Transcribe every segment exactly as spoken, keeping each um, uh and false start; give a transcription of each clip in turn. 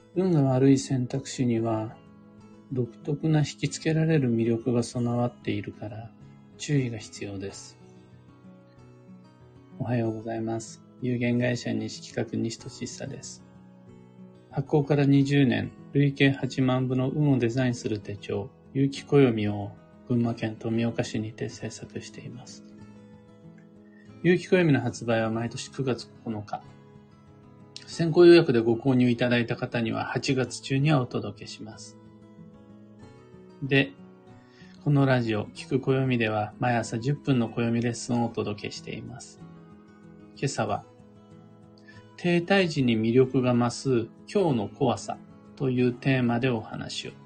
運が悪い選択肢には独特な引きつけられる魅力が備わっているから注意が必要です。おはようございます。有限会社西企画西俊久です。発行からにじゅうねん、累計はちまんぶの運をデザインする手帳、有機暦を群馬県富岡市にて制作しています。有機暦の発売は毎年くがつここのか。先行予約でご購入いただいた方にははちがつ中にはお届けします。で、このラジオ、聞く暦では毎朝じゅっぷんの暦レッスンをお届けしています。今朝は、停滞時に魅力が増す今日の怖さというテーマでお話を。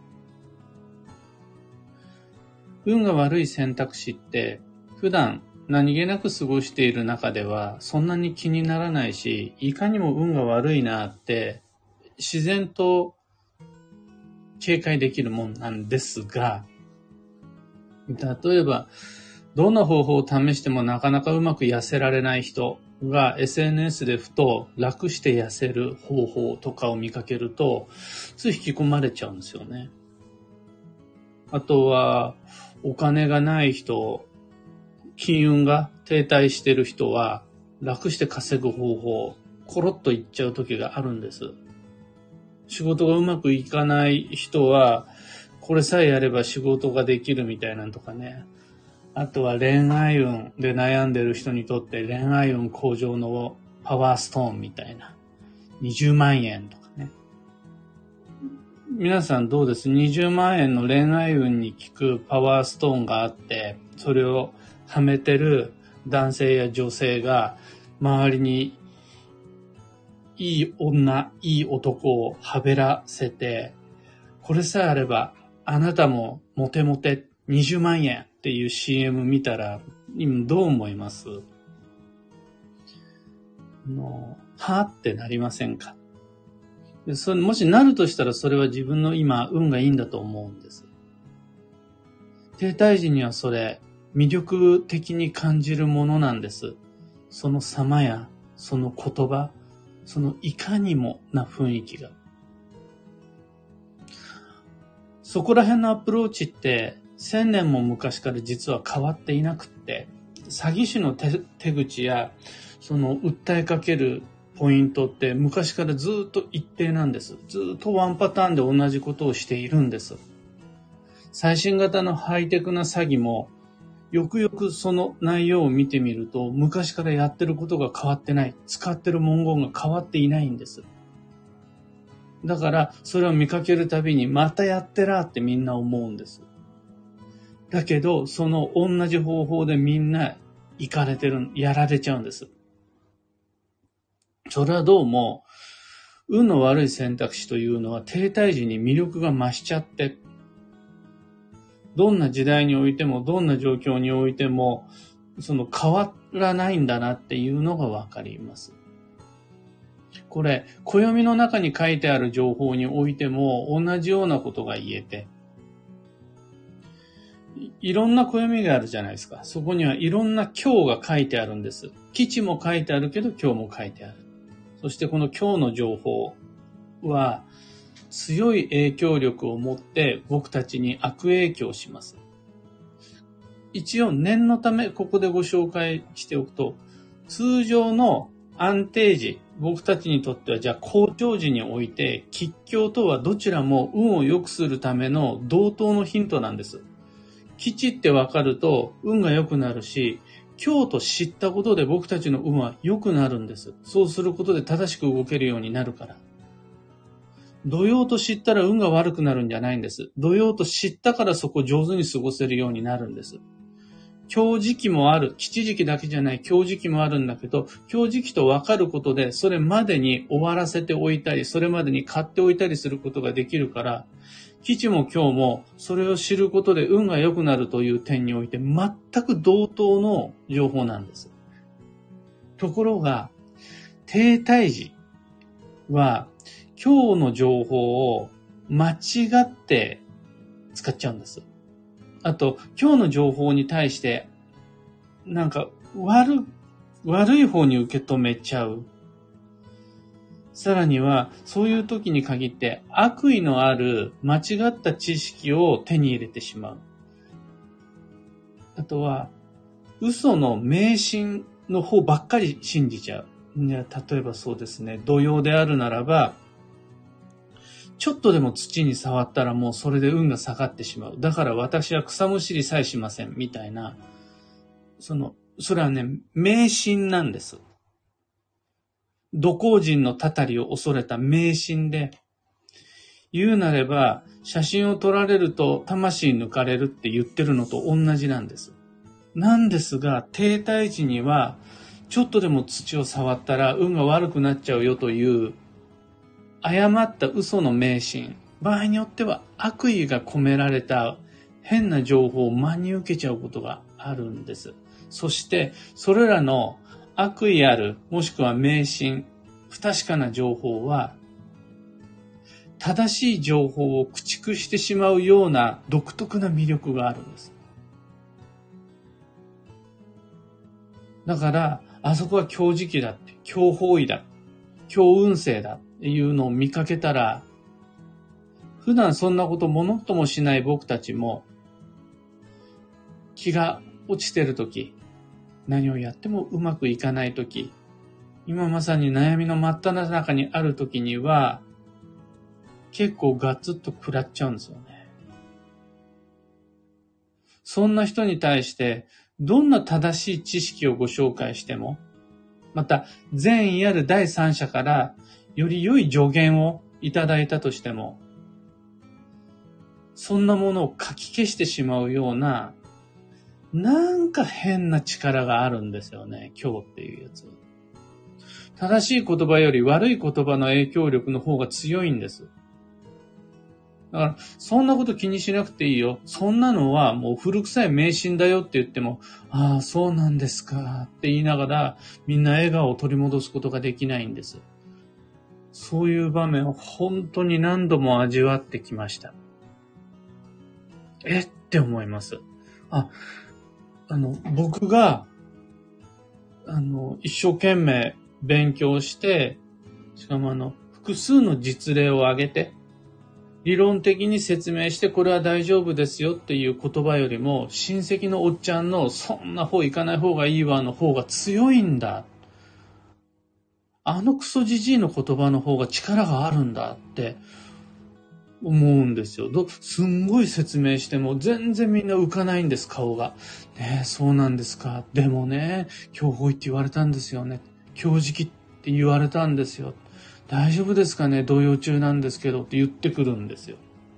運が悪い選択肢って普段何気なく過ごしている中ではそんなに気にならないし、いかにも運が悪いなって自然と警戒できるもんなんですが、例えばどんな方法を試してもなかなかうまく痩せられない人が エスエヌエス でふと楽して痩せる方法とかを見かけるとつい引き込まれちゃうんですよね。あとはお金がない人、金運が停滞している人は楽して稼ぐ方法コロッといっちゃう時があるんです。仕事がうまくいかない人はこれさえやれば仕事ができるみたいなのとかね。あとは恋愛運で悩んでる人にとって恋愛運向上のパワーストーンみたいなにじゅうまんえんとかね。皆さんどうです？にじゅうまんえんの恋愛運に効くパワーストーンがあって、それをはめてる男性や女性が周りにいい女、いい男をはべらせて、これさえあればあなたもモテモテにじゅうまんえんっていう シーエム 見たら今どう思います？のはぁってなりませんか？でそれもしなるとしたらそれは自分の今運がいいんだと思うんです。停滞時にはそれ魅力的に感じるものなんです。その様やその言葉、そのいかにもな雰囲気が。そこら辺のアプローチって千年も昔から実は変わっていなくって、詐欺師の 手, 手口やその訴えかけるポイントって昔からずっと一定なんです。ずっとワンパターンで同じことをしているんです。最新型のハイテクな詐欺もよくよくその内容を見てみると昔からやってることが変わってない。使ってる文言が変わっていないんです。だからそれを見かけるたびにまたやってらってみんな思うんです。だけどその同じ方法でみんな行かれてる、やられちゃうんです。それはどうも運の悪い選択肢というのは停滞時に魅力が増しちゃって、どんな時代においてもどんな状況においてもその変わらないんだなっていうのがわかります。これ暦の中に書いてある情報においても同じようなことが言えて、いろんな暦があるじゃないですか。そこにはいろんな今日が書いてあるんです。基地も書いてあるけど今日も書いてある。そしてこの今日の情報は強い影響力を持って僕たちに悪影響します。一応念のためここでご紹介しておくと、通常の安定時、僕たちにとってはじゃあ好調時において吉凶とはどちらも運を良くするための同等のヒントなんです。吉って分かると運が良くなるし、今日と知ったことで僕たちの運は良くなるんです。そうすることで正しく動けるようになるから。土曜と知ったら運が悪くなるんじゃないんです。土曜と知ったからそこを上手に過ごせるようになるんです。強時期もある。吉時期だけじゃない強時期もあるんだけど、強時期と分かることでそれまでに終わらせておいたり、それまでに買っておいたりすることができるから、吉も今日もそれを知ることで運が良くなるという点において全く同等の情報なんです。ところが、停滞時は今日の情報を間違って使っちゃうんです。あと、今日の情報に対して、なんか悪、悪い方に受け止めちゃう。 さらには、そういう時に限って悪意のある間違った知識を手に入れてしまう。あとは、嘘の迷信の方ばっかり信じちゃう。例えばそうですね、土曜であるならば、ちょっとでも土に触ったらもうそれで運が下がってしまう。だから私は草むしりさえしません、みたいな。その、それはね、迷信なんです。土工人のたたりを恐れた迷信で、言うなれば、写真を撮られると魂抜かれるって言ってるのと同じなんです。なんですが、停滞時には、ちょっとでも土を触ったら運が悪くなっちゃうよという、誤った嘘の迷信、場合によっては悪意が込められた変な情報を真に受けちゃうことがあるんです。そして、それらの悪意ある、もしくは迷信、不確かな情報は、正しい情報を駆逐してしまうような独特な魅力があるんです。だから、あそこは強磁気だって、強方位だ、強運勢だっていうのを見かけたら、普段そんなことものともしない僕たちも、気が落ちてるとき、何をやってもうまくいかないとき、今まさに悩みの真っ只中にあるときには、結構ガツッと食らっちゃうんですよね。そんな人に対して、どんな正しい知識をご紹介しても、また善意ある第三者からより良い助言をいただいたとしても、そんなものをかき消してしまうような、なんか変な力があるんですよね、今日っていうやつ。正しい言葉より悪い言葉の影響力の方が強いんです。だから、そんなこと気にしなくていいよ。そんなのはもう古臭い迷信だよって言っても、ああ、そうなんですかって言いながら、みんな笑顔を取り戻すことができないんです。そういう場面を本当に何度も味わってきました。えって思います。あ、あの、僕が、あの、一生懸命勉強して、しかもあの、複数の実例を挙げて、理論的に説明してこれは大丈夫ですよっていう言葉よりも親戚のおっちゃんのそんな方行かない方がいいわの方が強いんだ。あのクソじじいの言葉の方が力があるんだって思うんですよ。どすんごい説明しても全然みんな浮かないんです、顔が。ねえ、そうなんですか。でもね、強法医って言われたんですよね。強磁気って言われたんですよ。大丈夫ですかね、動揺中なんですけどって言ってくるんですよ。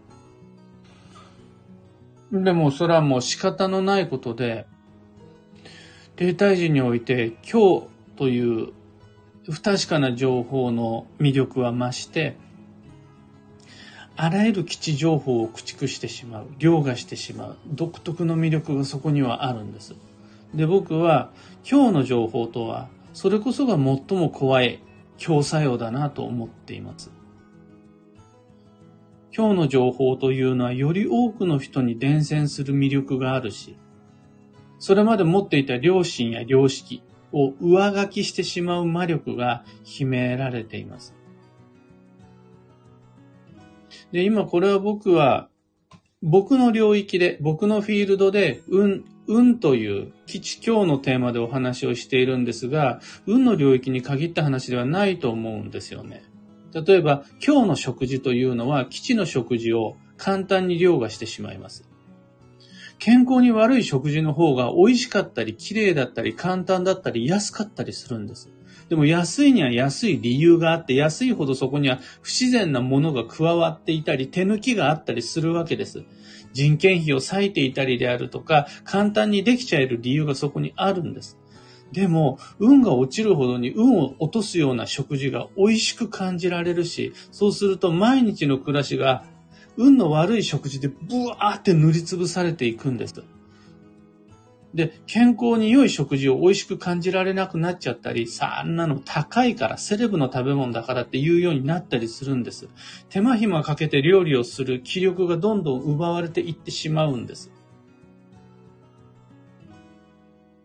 でもそれはもう仕方のないことで、停滞時において今日という不確かな情報の魅力は増して、あらゆる基地情報を駆逐してしまう、凌駕してしまう、独特の魅力がそこにはあるんです。で、僕は今日の情報とは、それこそが最も怖い強作用だなと思っています。今日の情報というのはより多くの人に伝染する魅力があるし、それまで持っていた良心や良識を上書きしてしまう魔力が秘められています。で、今これは僕は僕の領域で、僕のフィールドで運、運という基地今日のテーマでお話をしているんですが、運の領域に限った話ではないと思うんですよね。例えば、今日の食事というのは基地の食事を簡単に凌駕してしまいます。健康に悪い食事の方が美味しかったり、綺麗だったり、簡単だったり、安かったりするんです。でも安いには安い理由があって、安いほどそこには不自然なものが加わっていたり、手抜きがあったりするわけです。人件費を割いていたりであるとか、簡単にできちゃえる理由がそこにあるんです。でも、運が落ちるほどに運を落とすような食事が美味しく感じられるし、そうすると毎日の暮らしが運の悪い食事でブワーって塗りつぶされていくんです。で、健康に良い食事を美味しく感じられなくなっちゃったり、さあ、あんなの高いから、セレブの食べ物だからっていうようになったりするんです。手間暇かけて料理をする気力がどんどん奪われていってしまうんです。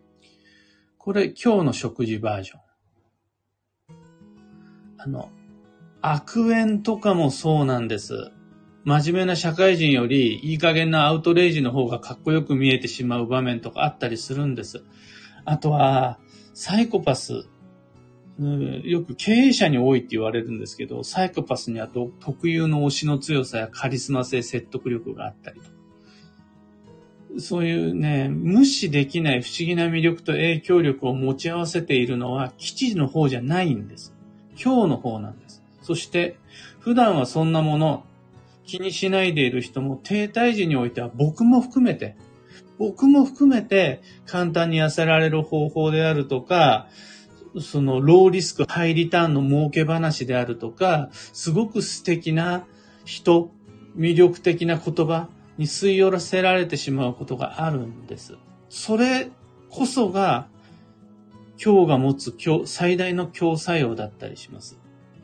これ、今日の食事バージョン。あの、 悪縁とかもそうなんです。真面目な社会人よりいい加減なアウトレイジの方がかっこよく見えてしまう場面とかあったりするんです。あとは、サイコパス。うん、よく経営者に多いって言われるんですけど、サイコパスには特有の推しの強さやカリスマ性、説得力があったりと。そういうね、無視できない不思議な魅力と影響力を持ち合わせているのは基地の方じゃないんです。今日の方なんです。そして、普段はそんなもの気にしないでいる人も停滞時においては僕も含めて、僕も含めて簡単に痩せられる方法であるとか、そのローリスクハイリターンの儲け話であるとか、すごく素敵な人、魅力的な言葉に吸い寄らせられてしまうことがあるんです。それこそが今日が持つ最大の強作用だったりします。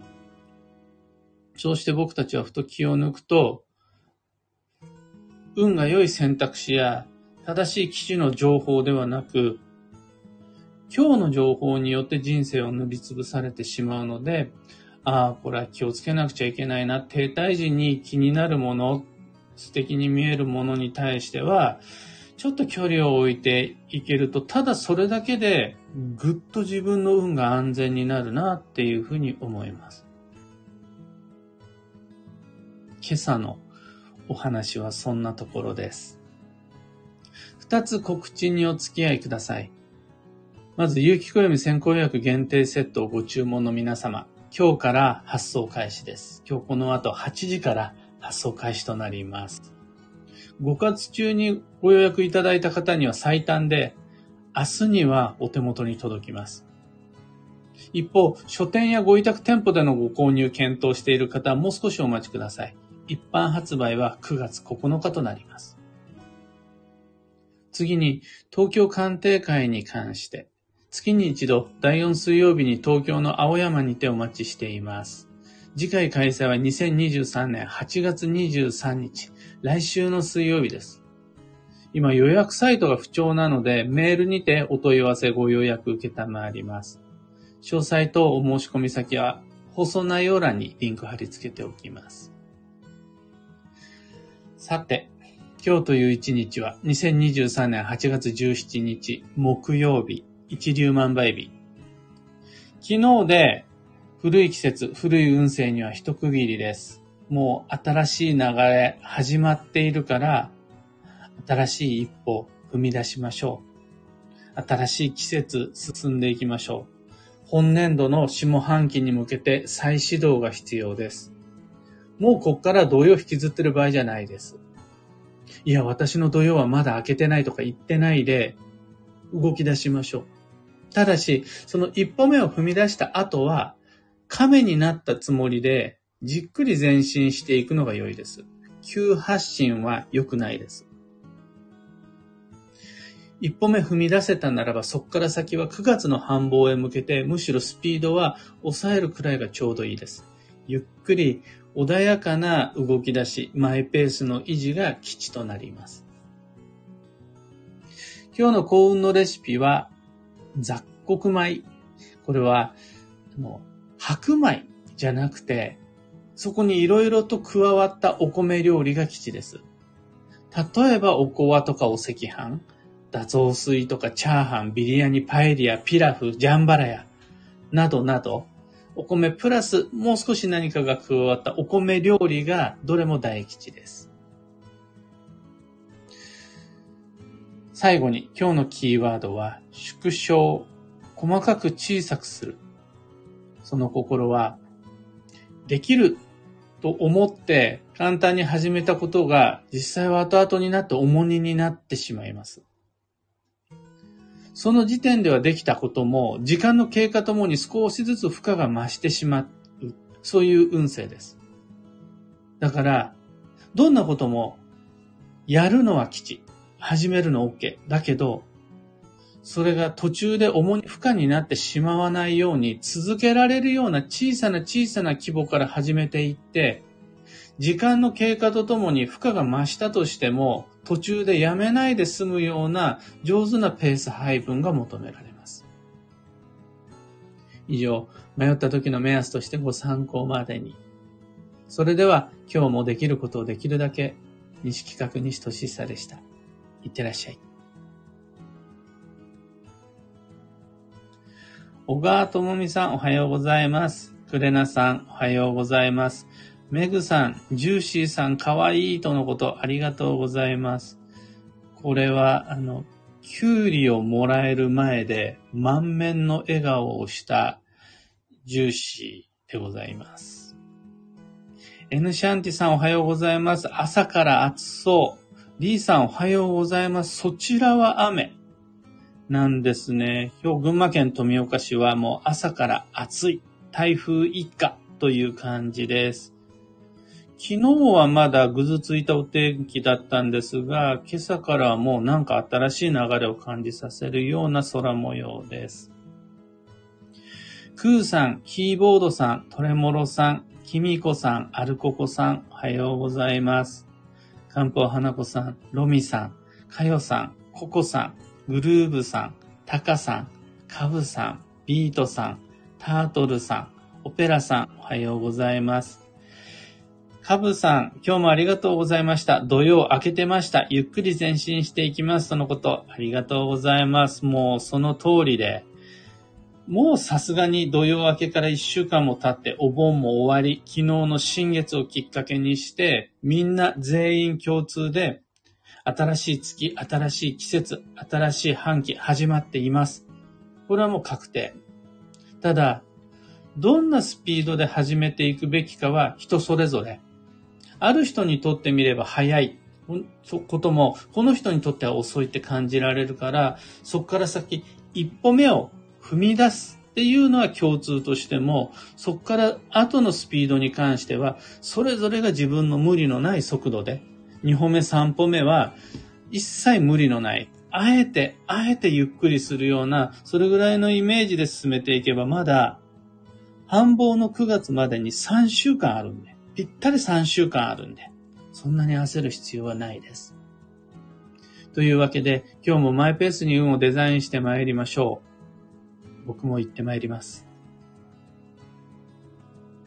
そうして僕たちはふと気を抜くと、運が良い選択肢や正しい基準の情報ではなく、今日の情報によって人生を塗りつぶされてしまうので、ああ、これは気をつけなくちゃいけないな、停滞時に気になるもの、素敵に見えるものに対しては、ちょっと距離を置いていけると、ただそれだけでぐっと自分の運が安全になるなっていうふうに思います。今朝のお話はそんなところです。二つ告知にお付き合いください。まず、有機暦先行予約限定セットをご注文の皆様、今日から発送開始です。今日この後はちじから発送開始となります。ごがつ中にご予約いただいた方には最短で、明日にはお手元に届きます。一方、書店やご委託店舗でのご購入検討している方はもう少しお待ちください。一般発売はくがつここのかとなります。次に、東京鑑定会に関して、月に一度だいよん水曜日に東京の青山にてお待ちしています。次回開催はにせんにじゅうさんねんはちがつにじゅうさんにち、来週の水曜日です。今予約サイトが不調なので、メールにてお問い合わせご予約受けたまわります。詳細とお申し込み先は放送内容欄にリンク貼り付けておきます。さて、今日という一日はにせんにじゅうさんねんはちがつじゅうしちにち木曜日、一粒万倍日。昨日で古い季節、古い運勢には一区切りです。もう新しい流れ始まっているから、新しい一歩踏み出しましょう。新しい季節進んでいきましょう。本年度の下半期に向けて再始動が必要です。もうこっから土曜引きずってる場合じゃないです。いや、私の土曜はまだ開けてないとか言ってないで、動き出しましょう。ただし、その一歩目を踏み出した後は、亀になったつもりで、じっくり前進していくのが良いです。急発進は良くないです。一歩目踏み出せたならば、そこから先はくがつの繁忙へ向けて、むしろスピードは抑えるくらいがちょうどいいです。ゆっくり穏やかな動き出し、マイペースの維持が基地となります。今日の幸運のレシピは雑穀米。これはあの白米じゃなくて、そこにいろいろと加わったお米料理が基地です。例えばおこわとかお赤飯、だ雑炊とかチャーハン、ビリヤニ、パエリア、ピラフ、ジャンバラヤなどなど、お米プラスもう少し何かが加わったお米料理がどれも大吉です。最後に今日のキーワードは縮小、細かく小さくする。その心はできると思って簡単に始めたことが実際は後々になって重荷になってしまいます。その時点ではできたことも時間の経過ともに少しずつ負荷が増してしまう、そういう運勢です。だからどんなこともやるのは吉、始めるの OK だけど、それが途中で重い負荷になってしまわないように続けられるような小さな小さな規模から始めていって、時間の経過とともに負荷が増したとしても途中でやめないで済むような上手なペース配分が求められます。 以上、迷った時の目安としてご参考までに。それでは、今日もできることをできるだけ、西企画西俊久でした。いってらっしゃい。小川智美さん、おはようございます。クレナさん、おはようございます。メグさん、ジューシーさん、かわいいとのこと、ありがとうございます。これは、あの、キュウリをもらえる前で、満面の笑顔をしたジューシーでございます。エヌシャンティさん、おはようございます。朝から暑そう。リーさん、おはようございます。そちらは雨なんですね。今日、群馬県富岡市はもう朝から暑い。台風一過という感じです。昨日はまだぐずついたお天気だったんですが、今朝からはもうなんか新しい流れを感じさせるような空模様です。クーさん、キーボードさん、トレモロさん、キミコさん、アルココさん、おはようございます。カンポウ花子さん、ロミさん、カヨさん、ココさん、グルーブさん、タカさん、カブさん、ビートさん、タートルさん、オペラさん、おはようございます。カブさん、今日もありがとうございました。土曜明けてました。ゆっくり前進していきます。とのこと。ありがとうございます。もうその通りで、もうさすがに土曜明けからいっしゅうかんも経ってお盆も終わり、昨日の新月をきっかけにして、みんな全員共通で、新しい月、新しい季節、新しい半期始まっています。これはもう確定。ただ、どんなスピードで始めていくべきかは人それぞれ。ある人にとってみれば早いことも、この人にとっては遅いって感じられるから、そこから先一歩目を踏み出すっていうのは共通としても、そこから後のスピードに関しては、それぞれが自分の無理のない速度で、に歩目さん歩目は一切無理のない、あえて、あえてゆっくりするような、それぐらいのイメージで進めていけば、まだ繁忙のくがつまでにさんしゅうかんあるんで、ぴったりさんしゅうかんあるんで、そんなに焦る必要はないです。というわけで、今日もマイペースに運をデザインして参りましょう。僕も行って参ります。